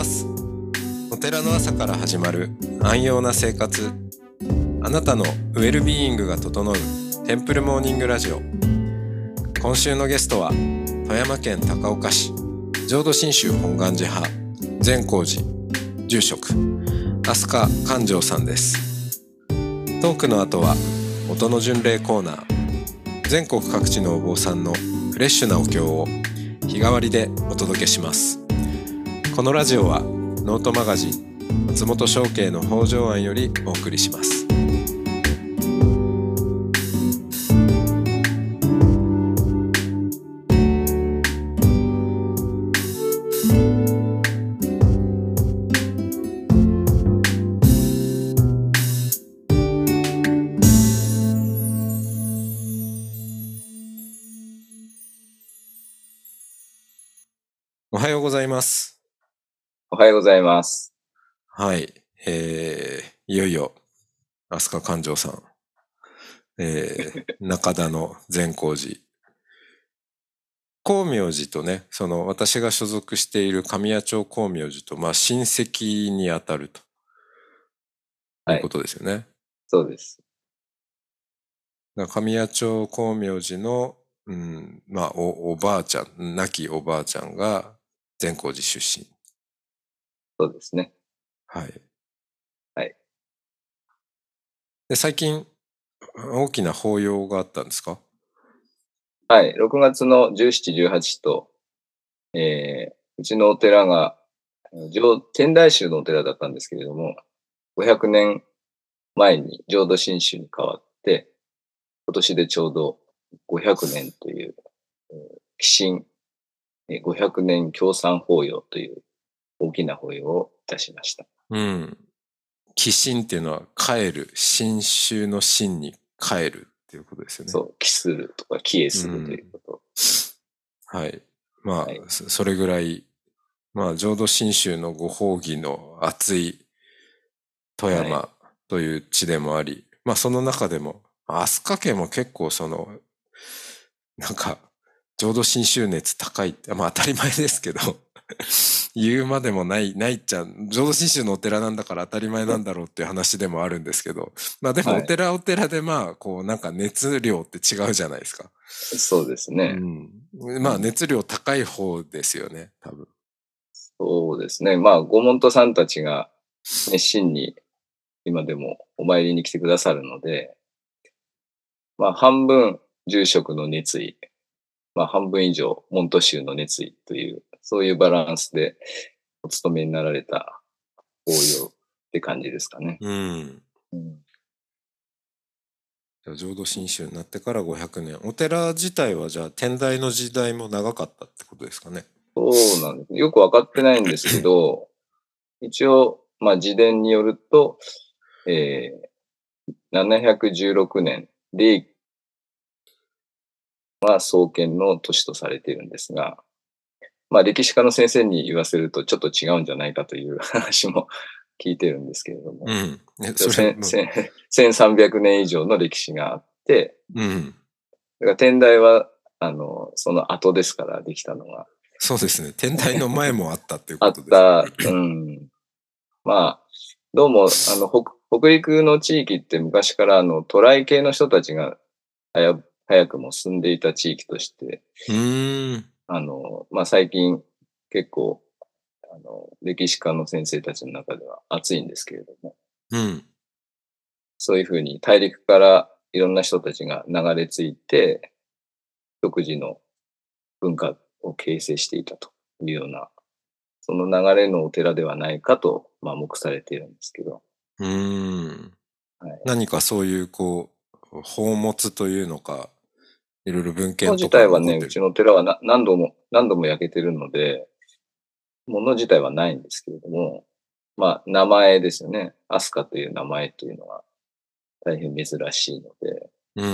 ます。お寺の朝から始まる安養な生活、あなたのウェルビーイングが整うテンプルモーニングラジオ。今週のゲストは富山県高岡市浄土真宗本願寺派善光寺住職飛鳥寛丈さんです。トークの後は音の巡礼コーナー。全国各地のお坊さんのフレッシュなお経を日替わりでお届けします。このラジオはノートマガジン松本商家の北条庵よりお送りします。おはようございます。 おはようございます。 はい、いよいよ飛鳥寛丈さん、中田の善光寺光明寺とね、その私が所属している神谷町光明寺と親戚にあたるということですよね。はい、 そうです。 神谷町光明寺の、おばあちゃん、亡きおばあちゃんが善光寺出身。 そうですね。 はい。 はい。 で、最近大きな法要があったんですか？ はい。6月の17、18と、うちのお寺が、天台宗のお寺だったんですけれども、500年前に浄土真宗に変わって、今年でちょうど500年という、寄進500年共産法要という大きな法要をいたしました。 うん。寄進っていうのは帰る、真宗の真に帰るっていうことですよね。 そう、帰するとか帰依するということ。 はい。はい、それぐらい、浄土真宗のご法義の厚い富山という地でもあり、その中でも、飛鳥家も結構浄土真宗熱高いって、当たり前ですけど、言うまでもないっちゃ、浄土真宗のお寺なんだから当たり前なんだろうっていう話でもあるんですけど、でもお寺で熱量って違うじゃないですか。 そうですね。 熱量高い方ですよね、多分。 そうですね。ご門徒さんたちが熱心に今でもお参りに来てくださるので、半分住職の熱意、半分以上門徒衆の熱意という、そういうバランスでお勤めになられた法要って感じですかね。 浄土真宗になってから500年。お寺自体はじゃあ天台の時代も長かったってことですかね。 そうなんです。よくわかってないんですけど、一応、自伝によると、716年、霊は創建の年とされているんですが、歴史家の先生に言わせるとちょっと違うんじゃないかという話も聞いてるんですけれども、1300年以上の歴史があって、だから天台は、その後ですからできたのが。 そうですね。天台の前もあったっていうことです。 どうも、北陸の地域って昔から渡来系の人たちが早くも住んでいた地域として、最近結構、歴史家の先生たちの中では熱いんですけれども、そういうふうに大陸からいろんな人たちが流れ着いて、独自の文化を形成していたというような、その流れのお寺ではないかと、目されているんですけど。 何かそういう宝物というのか、いろいろ文献とか物自体はね、うちのお寺は何度も焼けてるので、物自体はないんですけれども、名前ですよね。飛鳥という名前というのは大変珍しいので、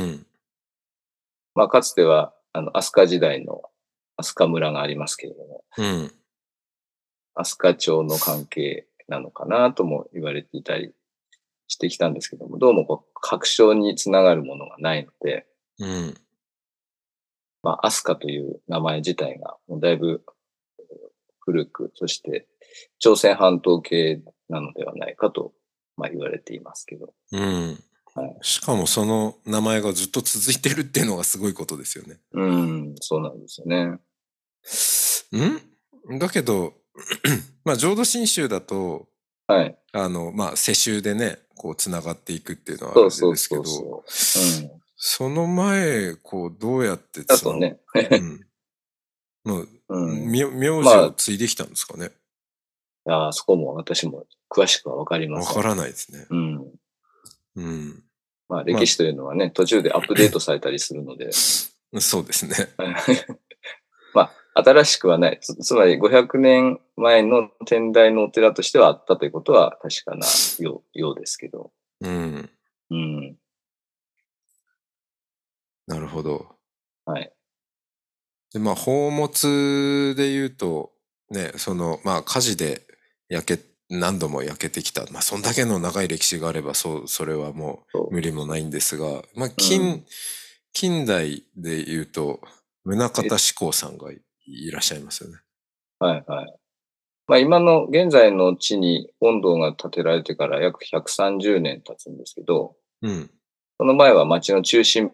かつては、飛鳥時代の飛鳥村がありますけれども、飛鳥町の関係なのかなとも言われていたりしてきたんですけども、どうも確証につながるものがないので、飛鳥という名前自体がもうだいぶ古く、そして朝鮮半島系なのではないかと、言われていますけど。 うん。はい、しかもその名前がずっと続いてるっていうのがすごいことですよね。 そうなんですよね。 だけど、浄土真宗だと、 はい。 世襲でね、こう繋がっていくっていうのはあるんですけど、その前、どうやってだとね、 名字を継いできたんですかね。 そこも私も詳しくはわかりません。 わからないですね。 歴史というのはね、途中でアップデートされたりするので。 そうですね。 新しくはない。つまり500年前の天台のお寺としてはあったということは確かなようですけど。 なるほど。 はい。 で、宝物で言うと、ね、火事で何度も焼けてきた。そんだけの長い歴史があれば、それはもう無理もないんですが、近代で言うと、宗像志功さんがいらっしゃいますよね。 はいはい。今の現在の地に本堂が建てられてから約130年経つんですけど、その前は町の中心、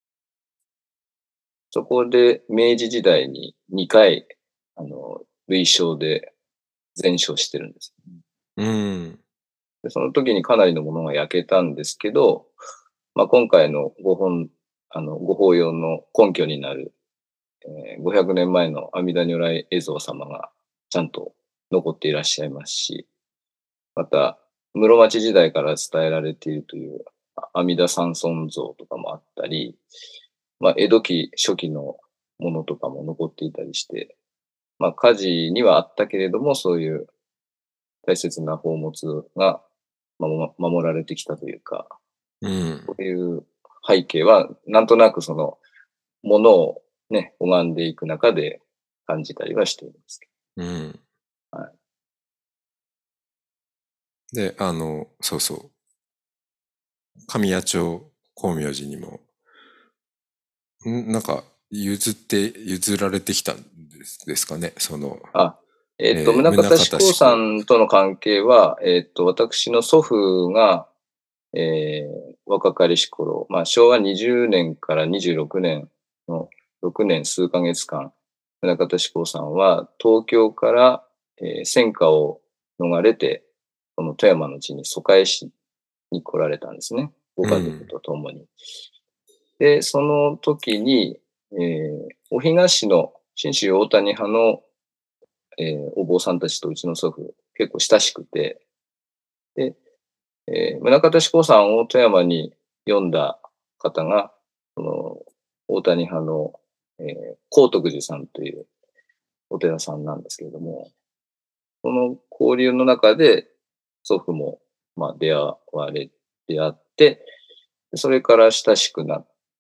そこで明治時代に2回、類焼で全焼してるんです。でその時にかなりのものが焼けたんですけど、今回のご法要の根拠になる、500年前の阿弥陀如来映像様がちゃんと残っていらっしゃいますし、また、室町時代から伝えられているという阿弥陀三尊像とかもあったり、江戸期初期のものとかも残っていたりして、火事にはあったけれども、そういう大切な宝物が守られてきたというか、そういう背景は、なんとなくその、ものをね、拝んでいく中で感じたりはしています。 はい。で、そうそう。神谷町光明寺にも、なんか、譲られてきたんですかね、 宗像志功さんとの関係は、私の祖父が、若かりし頃、昭和20年から26年の6年数ヶ月間、宗像志功さんは東京から、戦火を逃れて、この富山の地に疎開しに来られたんですね。ご家族と共に。で、その時に、お東の信州大谷派の、お坊さんたちとうちの祖父、結構親しくて、で、宗像志功さんを富山に読んだ方が、その、大谷派の、高徳寺さんというお寺さんなんですけれども、その交流の中で、祖父も、出会って、それから親しくな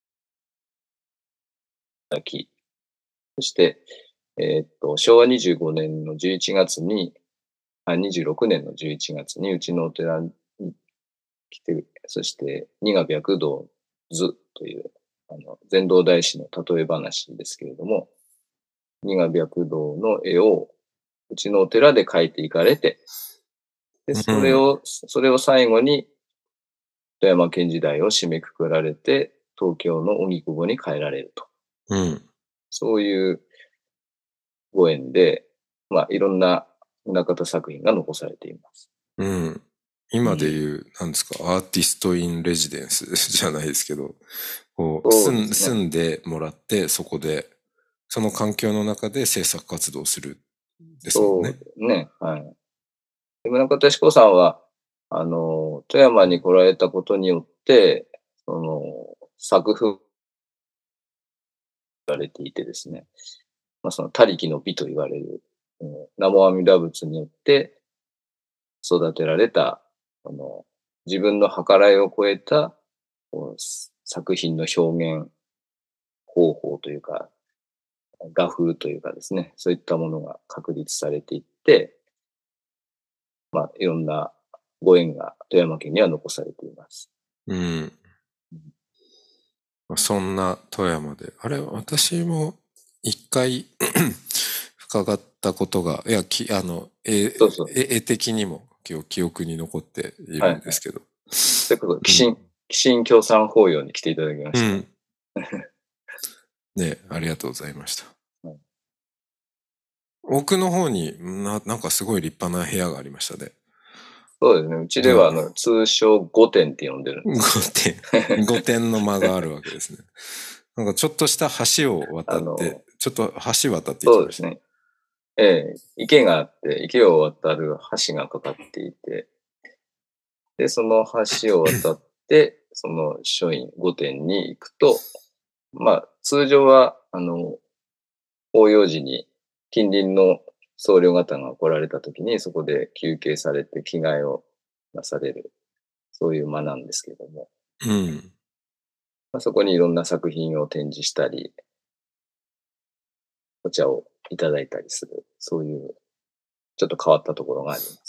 ったき、そして、昭和25年の11月に、26年の11月にうちのお寺に来て、そして二が白道図という、禅道大師の例え話ですけれども、二が白道の絵をうちのお寺で描いていかれて、で、それを最後に富山県時代を締めくくられて、東京の荻窪に帰られると。そういうご縁で、いろんな宗像作品が残されています。 今で言う、なんですか、アーティストインレジデンスじゃないですけど、住んでもらって、そこで、その環境の中で制作活動するですもんね。 そうね、はい。宗像志功さんは、富山に来られたことによって、作風られていてですね、その他力の美と言われる、南無阿弥陀仏によって育てられた、自分の計らいを超えた作品の表現方法というか、画風というかですね、そういったものが確立されていって、いろんなご縁が富山県には残されています。 そんな富山で、私も一回伺ったことが、いや、 そうそう。 絵的にも記憶に残っているんですけど。 ということで、寄進協賛法要に来ていただきました。 ね、ありがとうございました。 はい、 奥の方になんかすごい立派な部屋がありましたね。 そうですね。うちでは通称5点って呼んでるんです。 5点の間があるわけですね。なんかちょっとした橋を渡って、ちょっと橋渡っていきました。 そうですね。池があって、池を渡る橋がかかっていて、で、その橋を渡って、その書院5点に行くと、まあ、通常は、法要時に近隣の僧侶方が来られた時にそこで休憩されて着替えをなされる、そういう間なんですけども、まあ、そこにいろんな作品を展示したり、お茶をいただいたりする、そういうちょっと変わったところがあります。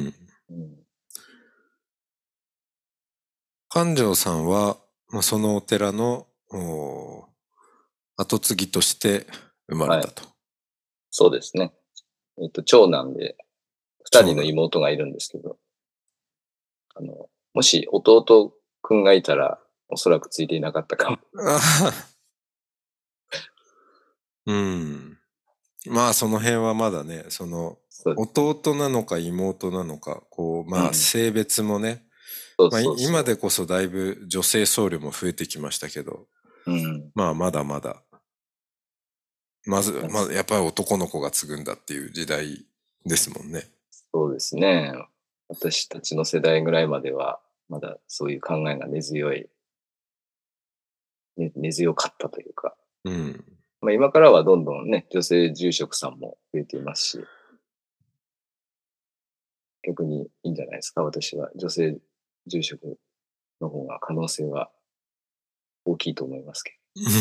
寛定さんは、そのお寺の後継ぎとして生まれたと。はい、 そうですね。長男で、2人の妹がいるんですけど、もし弟くんがいたら、おそらくついていなかったかも。 まあその辺はまだね、弟なのか妹なのか、性別もね、今でこそだいぶ女性僧侶も増えてきましたけど、まあまだまだ、まずやっぱり男の子が継ぐんだっていう時代ですもんね。 そうですね。私たちの世代ぐらいまでは、まだそういう考えが根強かったというか。まあ今からはどんどんね、女性住職さんも増えていますし、逆にいいんじゃないですか。私は女性住職の方が可能性は大きいと思いますけ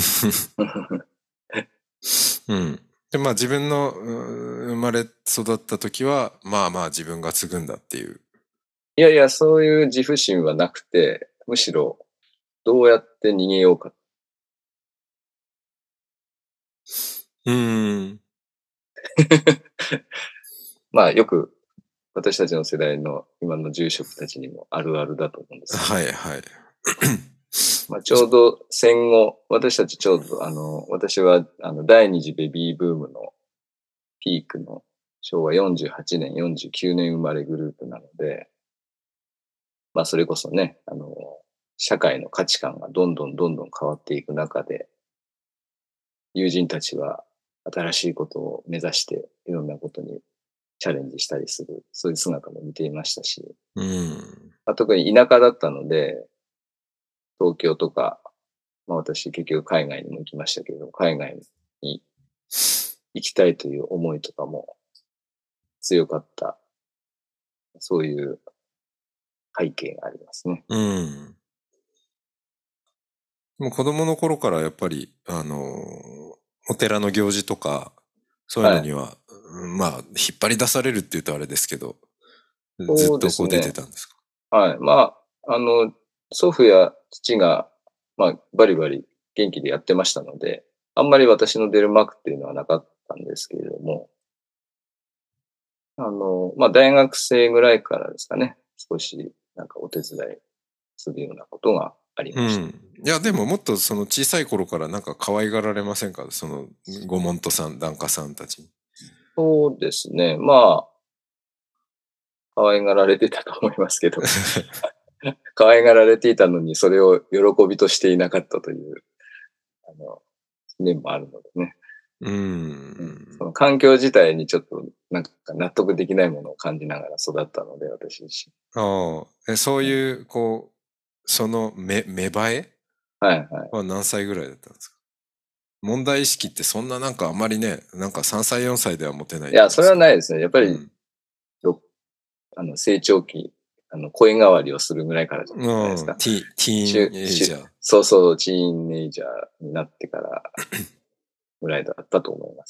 ど。で、まあ自分の生まれ育った時は、まあまあ自分が継ぐんだっていう。 いやいや、そういう自負心はなくて、むしろどうやって逃げようか。まあよく私たちの世代の今の住職たちにもあるあるだと思うんですけど。 はいはい。 まあちょうど戦後、私たちちょうど私は第二次ベビーブームのピークの昭和48年、49年生まれグループなので、まあそれこそね、社会の価値観がどんどん変わっていく中で、友人たちは新しいことを目指していろんなことにチャレンジしたりする、そういう姿も見ていましたし、まあ、特に田舎だったので、東京とか、まあ私結局海外にも行きましたけど、海外に行きたいという思いとかも強かった、そういう背景がありますね。 もう子供の頃からやっぱり、お寺の行事とか、そういうのには、まあ、引っ張り出されるって言うとあれですけど、ずっとこう出てたんですか？ はい。まあ、祖父や父が、まあ、バリバリ元気でやってましたので、あんまり私の出る幕っていうのはなかったんですけれども、まあ、大学生ぐらいからですかね、少しなんかお手伝いするようなことがありました。 いや、でももっとその小さい頃からなんか可愛がられませんか？その、ご門徒さん、檀家さんたちに。 そうですね。まあ、可愛がられてたと思いますけど、可愛がられていたのにそれを喜びとしていなかったという、面もあるのでね。その環境自体にちょっとなんか納得できないものを感じながら育ったので、私自身。そういう、その芽生えは何歳ぐらいだったんですか？問題意識ってそんななんかあんまりね、なんか3歳4歳では持てない。 いや、それはないですね。やっぱり、成長期、声変わりをするぐらいからじゃないですか。 ティーンエイジャー。 そうそう、ティーンエイジャーになってからぐらいだったと思います。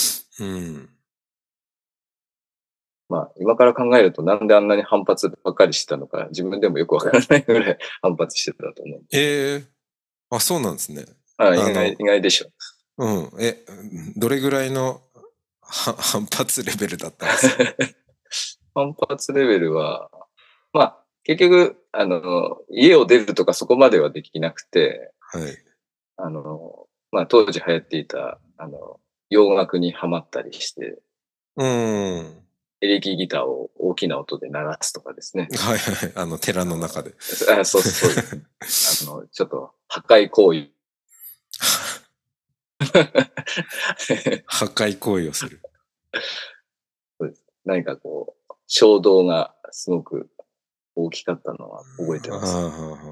まあ、今から考えるとなんであんなに反発ばっかりしてたのか、自分でもよくわからないぐらい反発してたと思う。 あ、そうなんですね。 意外でしょ。 どれぐらいの反発レベルだったんですよ。 反発レベルは、まあ、結局、家を出るとかそこまではできなくて、 はい。 まあ、当時流行っていた、洋楽にハマったりして、 うーん。 エレキギターを大きな音で鳴らすとかですね。 はいはい。寺の中で。 そうですね。ちょっと破壊行為。 破壊行為をする。 そうです。何かこう、衝動がすごく大きかったのは覚えてます。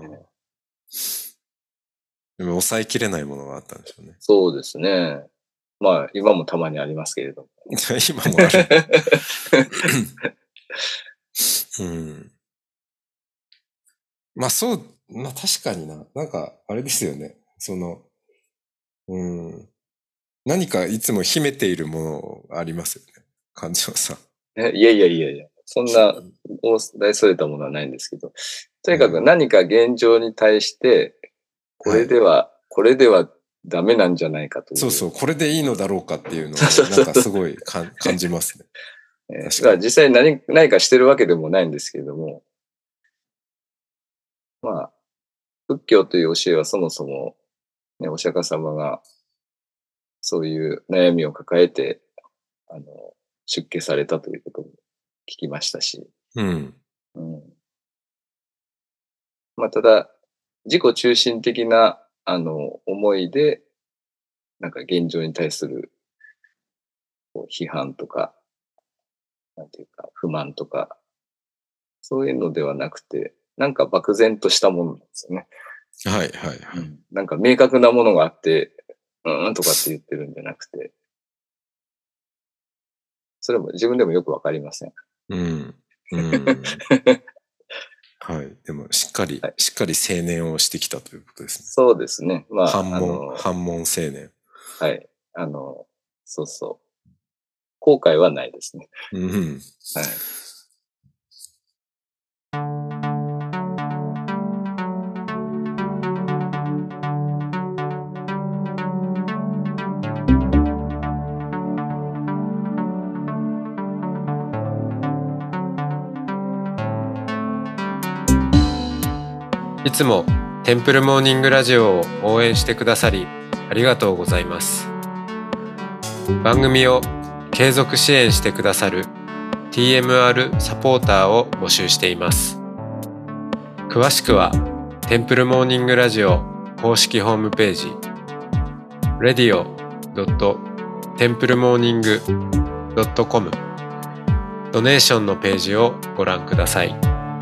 でも抑えきれないものがあったんでしょうね。 そうですね。まあ、今もたまにありますけれども。 今もある。うん。まあそう、まあ確かにな。なんか、あれですよね。うん。何かいつも秘めているものありますよね。感情さん。 いやいやいやいや、そんな大それたものはないんですけど、とにかく何か現状に対して、これではダメなんじゃないかという。 そうそう、これでいいのだろうかっていうのを、 そうなんかすごい感じますね。 だから実際何かしてるわけでもないんですけれども、まあ、仏教という教えはそもそも、ね、お釈迦様がそういう悩みを抱えて、あの、出家されたということも聞きましたし、 うん。 うん、まあ、ただ、自己中心的な、思いで、なんか現状に対するこう批判とか、なんていうか、不満とか、そういうのではなくて、なんか漠然としたものなんですよね。 はいはいはい。 なんか明確なものがあって、とかって言ってるんじゃなくて、それも自分でもよくわかりません。 うん。うん。はい。でも、しっかりはい、 青年をしてきたということですね。 そうですね。まあ、 反問青年。 はい。そうそう。後悔はないですね。 うん。 はい。 いつもテンプルモーニングラジオを応援してくださりありがとうございます。番組を継続支援してくださる TMR サポーターを募集しています。詳しくはテンプルモーニングラジオ公式ホームページ radio.templemorning.com ドネーションのページをご覧ください。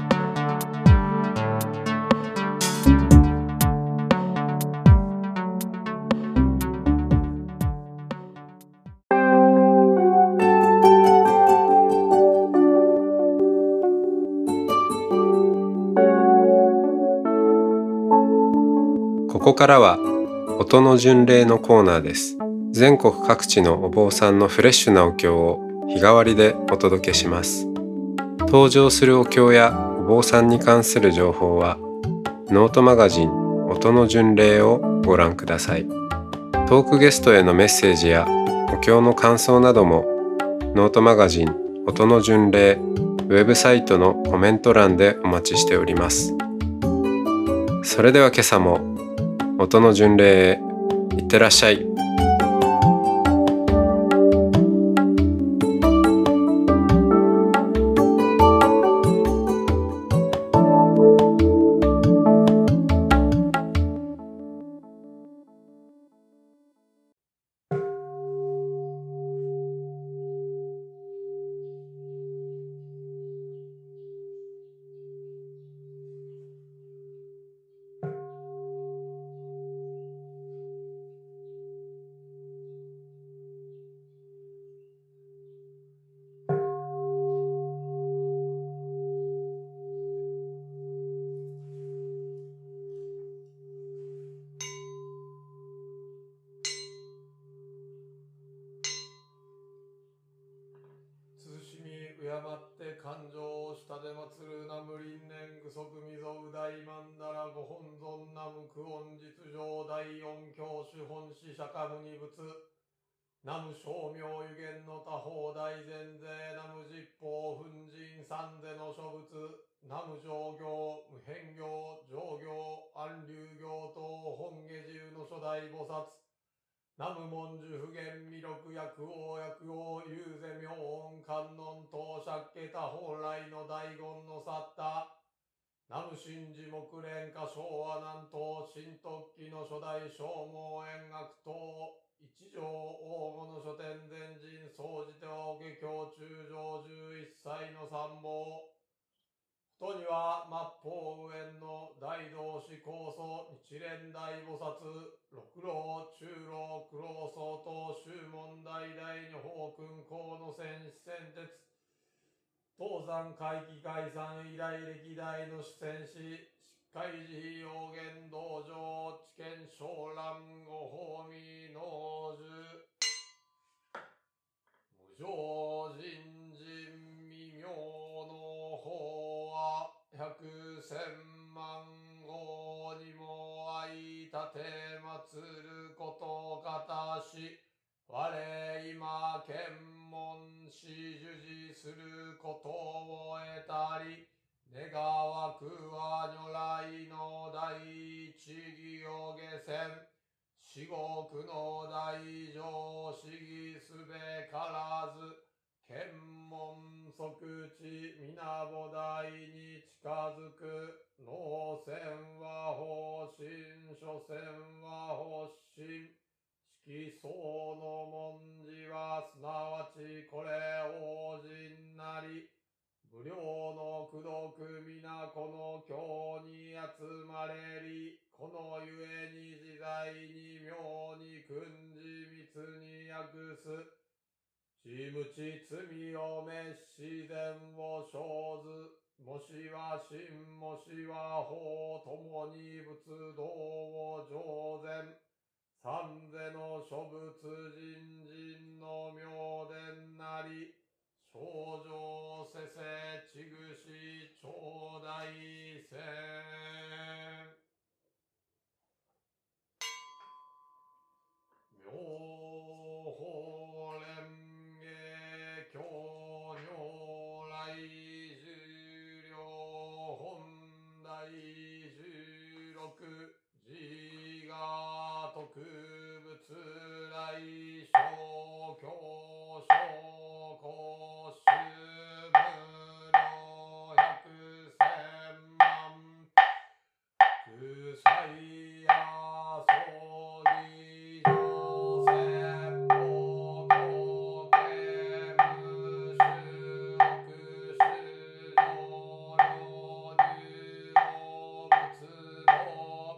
ここからは音の巡礼のコーナーです。全国各地のお坊さんのフレッシュなお経を日替わりでお届けします。登場するお経やお坊さんに関する情報はノートマガジン音の巡礼をご覧ください。トークゲストへのメッセージやお経の感想などもノートマガジン音の巡礼ウェブサイトのコメント欄でお待ちしております。それでは今朝も音の巡礼へいってらっしゃい。 慎み敬って感情を下で祀るナムリンネングソクミゾウダイマンダラご本尊ナムクオン実上第四教主本師釈迦無二仏南無称名有限の他方大前税、南無実法粉塵三世の諸仏、南無上行、無変行、上行、安流行等本下自由の初代菩薩、南無文殊普賢弥勒薬王薬王遊世明音観音等釈家他本来の大言の去った、南無真珠木蓮華昭和南東新特記の初代正毛円楽等一条黄金の書店前人総じてはお下教中上11歳の参謀、ふとには末法無縁の大同志高祖日蓮大菩薩、六老中老九老僧等宗門大々に法君公の戦士戦鉄、東山会期解散以来歴代の主戦士、執会寺要言道場、知見昇蘭ご法味農樹、無常人人未明の法は、百千万号にも相立て祀ることかたし、我今検問し授事することを得たり、願わくは如来の第一義を下船、至極の大乗思議すべからず、検問即地皆菩提に近づく、能線は方針、所詮は発心、色相の文字はすなわちこれ王人なり、無量の功徳皆この経に集まれり、このゆえに自在に妙に訓示密に訳す、知無知罪を滅自然を生ず、もしは真もしは法ともに仏道を上善、三世の諸仏人人の妙伝なり、正常せせちぐし頂戴せん。妙法蓮華経如来十両本第十六自我特仏来小教小公衆無量百千万苦祭や葬儀上説法公家無種億種上領入道仏道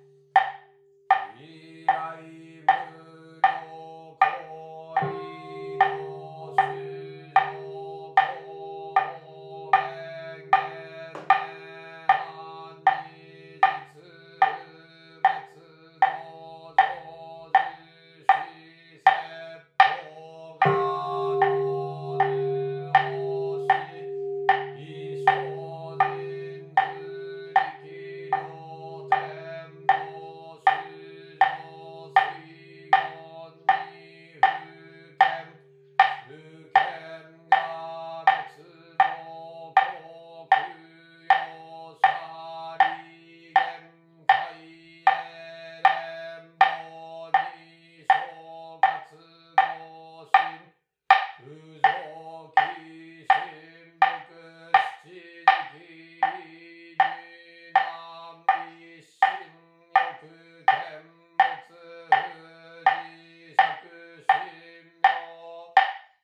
依頼無料行為の主上公弁言年半に実別道上樹子説法が能入法し異生人図力量天道主上水言に不見不見が別道国用者利限界へ連邦に正月同心不常期神福七時期入南一心欲見物不自作神妙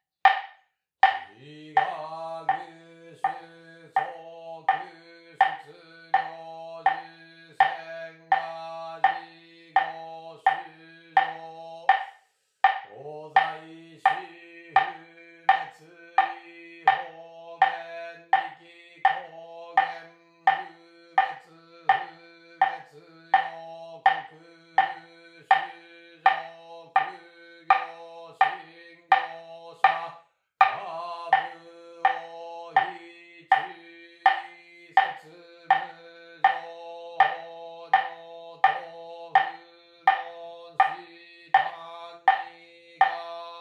自我具種即出領受戦が自後主上法在死不滅意方便力高原不滅不滅予告主上苦行信行者下部を非注意説無常法の豆腐門死単にが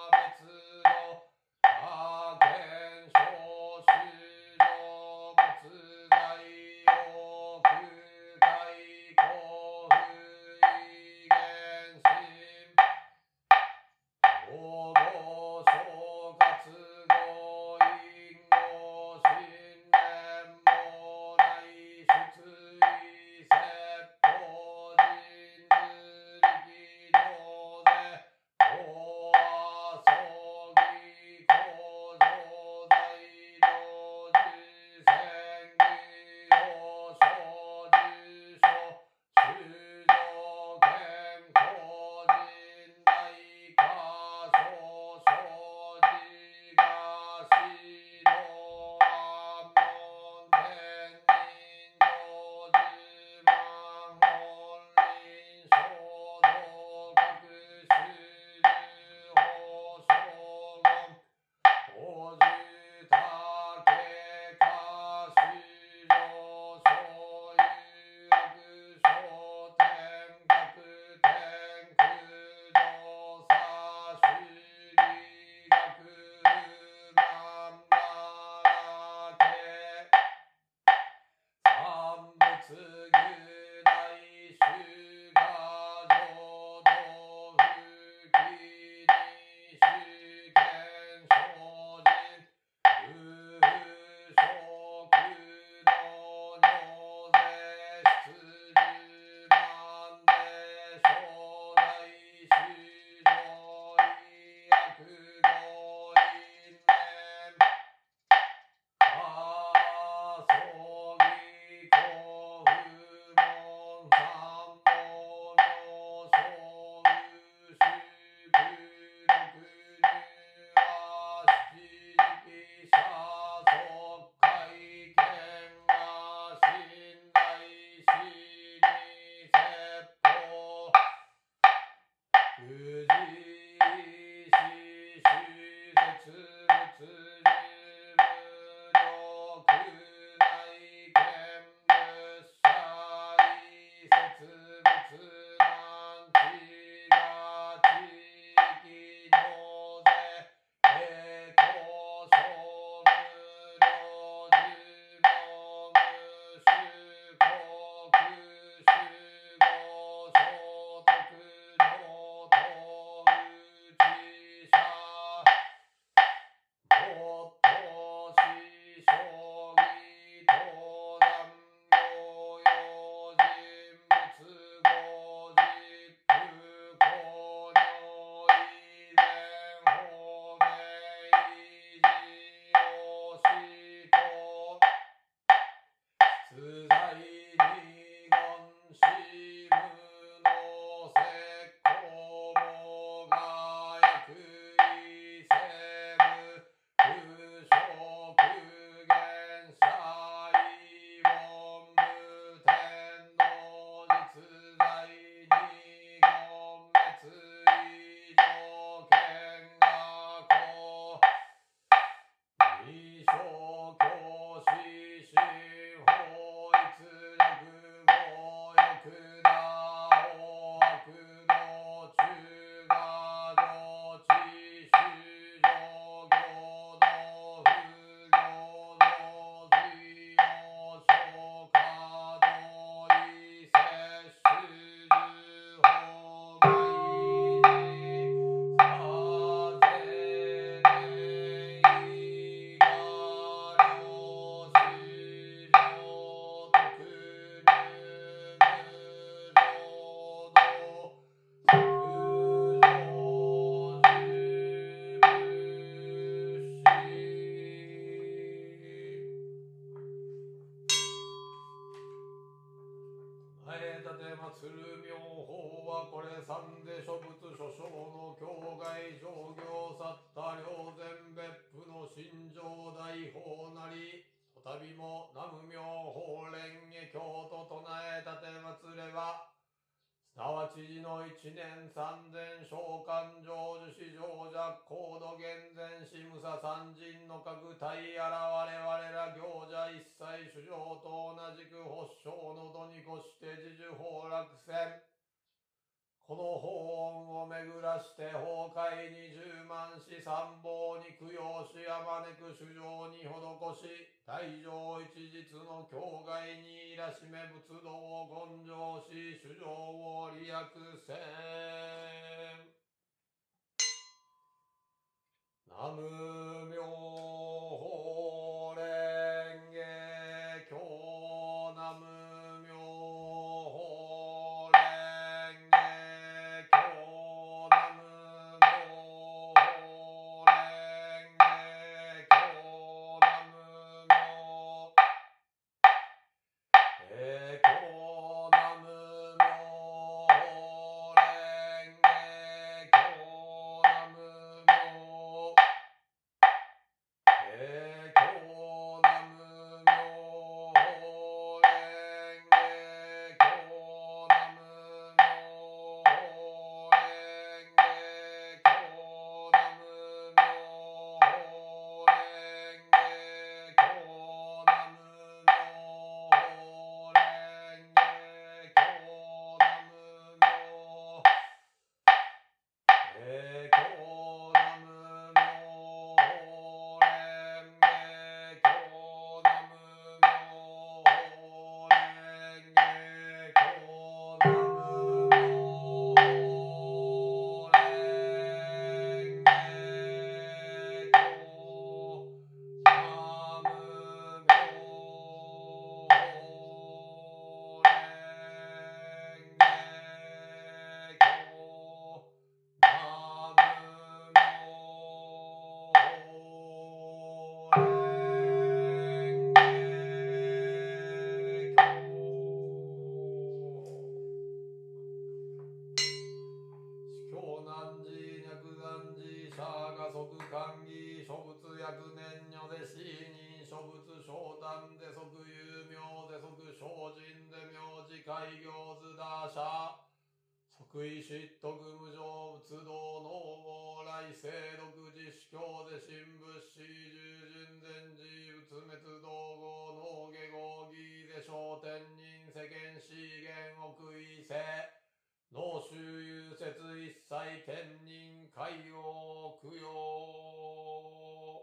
長州遊説一切天人海洋供養。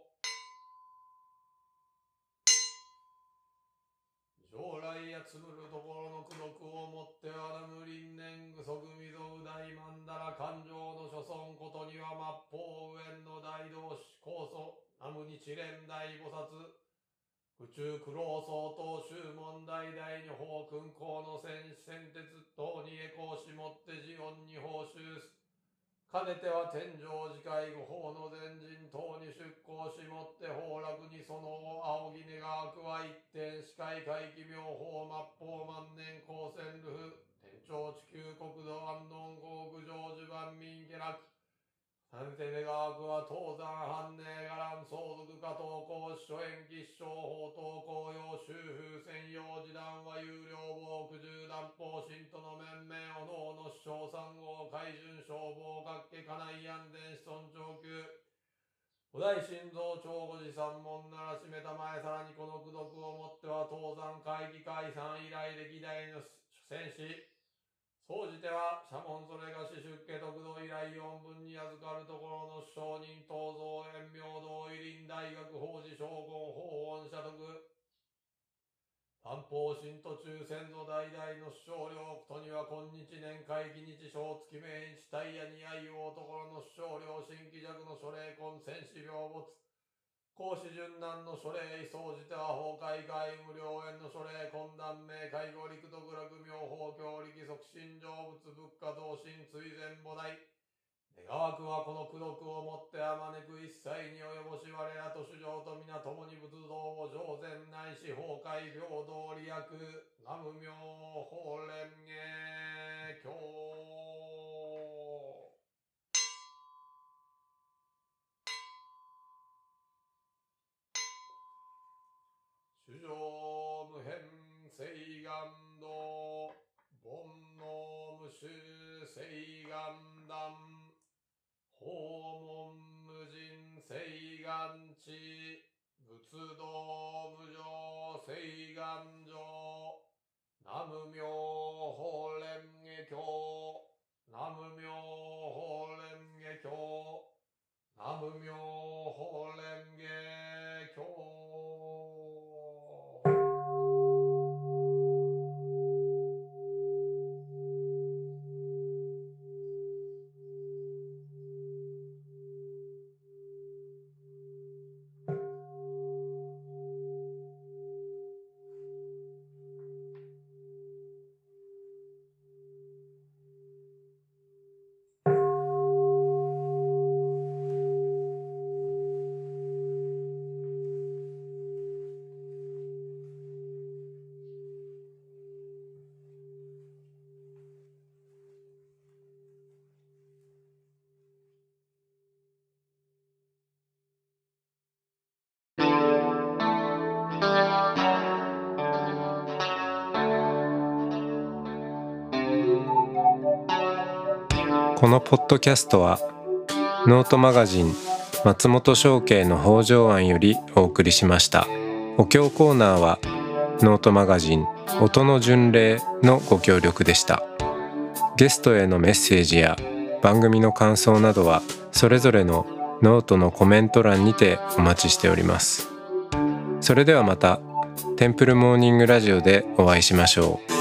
将来やつむるところの功徳をもってはなむ輪年具足みぞう大曼荼羅勘定の諸尊ことには末法無縁の大同志高祖南無日蓮大菩薩宇宙苦労相当宗門大大女法君公の戦士戦鉄等に栄光しもって寺音に報酬す。かねては天上次回後法の前人等に出向しもって崩落にその仰ぎ願わくは一点視界回帰妙法末法万年光線ルフ天長地球国土安穏豪具成就万民下落さねて願わくは東山藩寧伽藍相続家等公諸延吉祥法等公用修風専用時段は有料防苦十段法信徒の面々おのおの首相三号海巡消防各家家内安全子孫長久五代心臓長五寺三門ならしめたまえさらにこの功徳をもっては東山会議解散以来歴代の戦士総じては社門それがし出家徳度以来四分に預かるところの商人東蔵延明道医林大学法事将軍法恩社徳担保信徒中先祖代々の首相領とには今日年会期日小月命日大夜に愛用ところの首相領新規弱の諸霊根戦士病没孔子順南の諸霊総じては崩壊外無良縁の諸霊根断名介護陸徳楽妙法教力促進成仏仏家増進追善母大願わくはこの功徳をもってあまねく一切に及ぼし我らと主上と皆共に仏道を上善ないし崩壊平等利益南無妙法蓮華経主上無変誓願道煩悩無臭誓願断訪問無尽誓願地仏道無常誓願上南無妙法蓮華経南無妙法蓮華経南無妙法蓮華経このポッドキャストはノートマガジン松本商家の北条庵よりお送りしました。お経コーナーはノートマガジン音の巡礼のご協力でした。ゲストへのメッセージや番組の感想などはそれぞれのノートのコメント欄にてお待ちしております。それではまたテンプルモーニングラジオでお会いしましょう。